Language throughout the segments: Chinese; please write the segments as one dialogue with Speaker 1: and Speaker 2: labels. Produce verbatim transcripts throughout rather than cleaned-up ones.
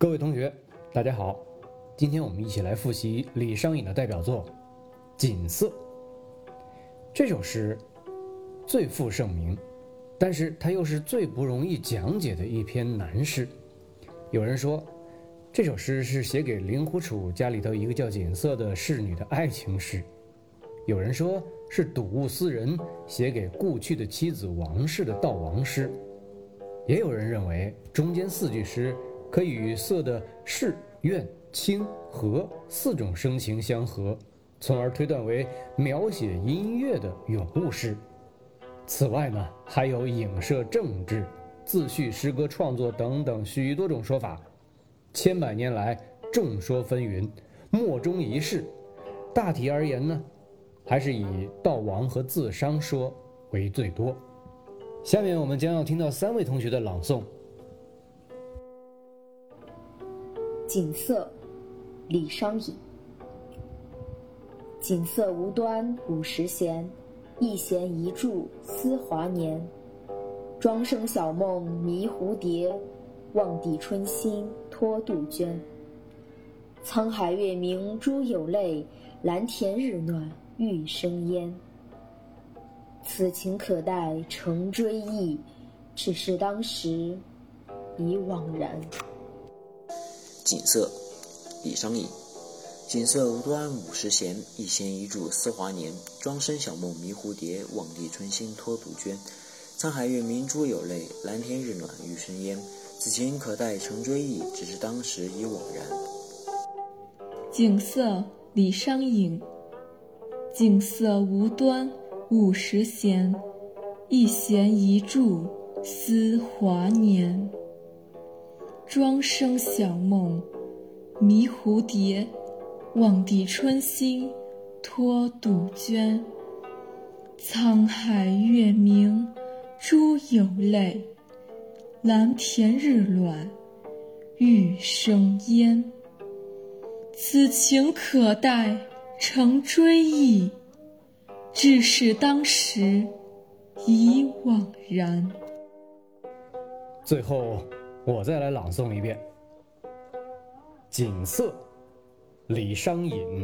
Speaker 1: 各位同学，大家好，今天我们一起来复习李商隐的代表作《锦瑟》。这首诗最负盛名，但是它又是最不容易讲解的一篇难诗。有人说，这首诗是写给令狐楚家里头一个叫锦瑟的侍女的爱情诗；有人说是睹物思人写给故去的妻子王氏的悼亡诗；也有人认为中间四句诗可以与瑟的士、怨、清、和四种声情相合，从而推断为描写音乐的咏物诗。此外呢，还有影射政治、自叙诗歌创作等等许多种说法。千百年来众说纷纭，莫衷一是。大体而言呢，还是以悼亡和自伤说为最多。下面我们将要听到三位同学的朗诵。
Speaker 2: 锦瑟，李商隐。锦瑟无端五十弦，一弦一柱思华年。庄生晓梦迷蝴蝶，望帝春心托杜鹃。沧海月明珠有泪，蓝田日暖玉生烟。此情可待成追忆，只是当时已惘然。
Speaker 3: 锦瑟，李商隐。锦瑟无端五十弦，一弦一柱思华年。庄生晓梦迷蝴蝶，望帝春心托杜鹃。沧海月明珠有泪，蓝田日暖玉生烟。此情可待成追忆，只是当时已惘然。
Speaker 4: 锦瑟，李商隐。锦瑟无端五十弦，一弦一柱思华年。庄生晓梦迷蝴蝶，望帝春心托杜鹃。沧海月明珠有泪，蓝田日暖玉生烟。此情可待成追忆，只是当时已惘然。
Speaker 1: 最后我再来朗诵一遍。锦瑟，李商隐。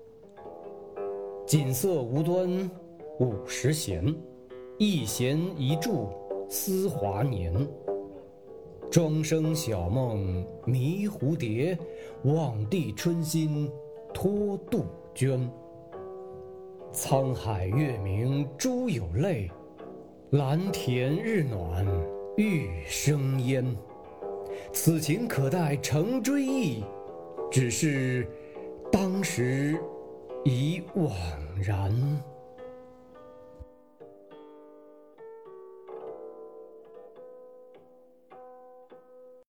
Speaker 1: 锦瑟无端五十弦，一弦一柱思华年。庄生晓梦迷蝴蝶，望帝春心托杜鹃。沧海月明珠有泪，蓝田日暖玉生烟。此情可待成追忆，只是当时已惘然。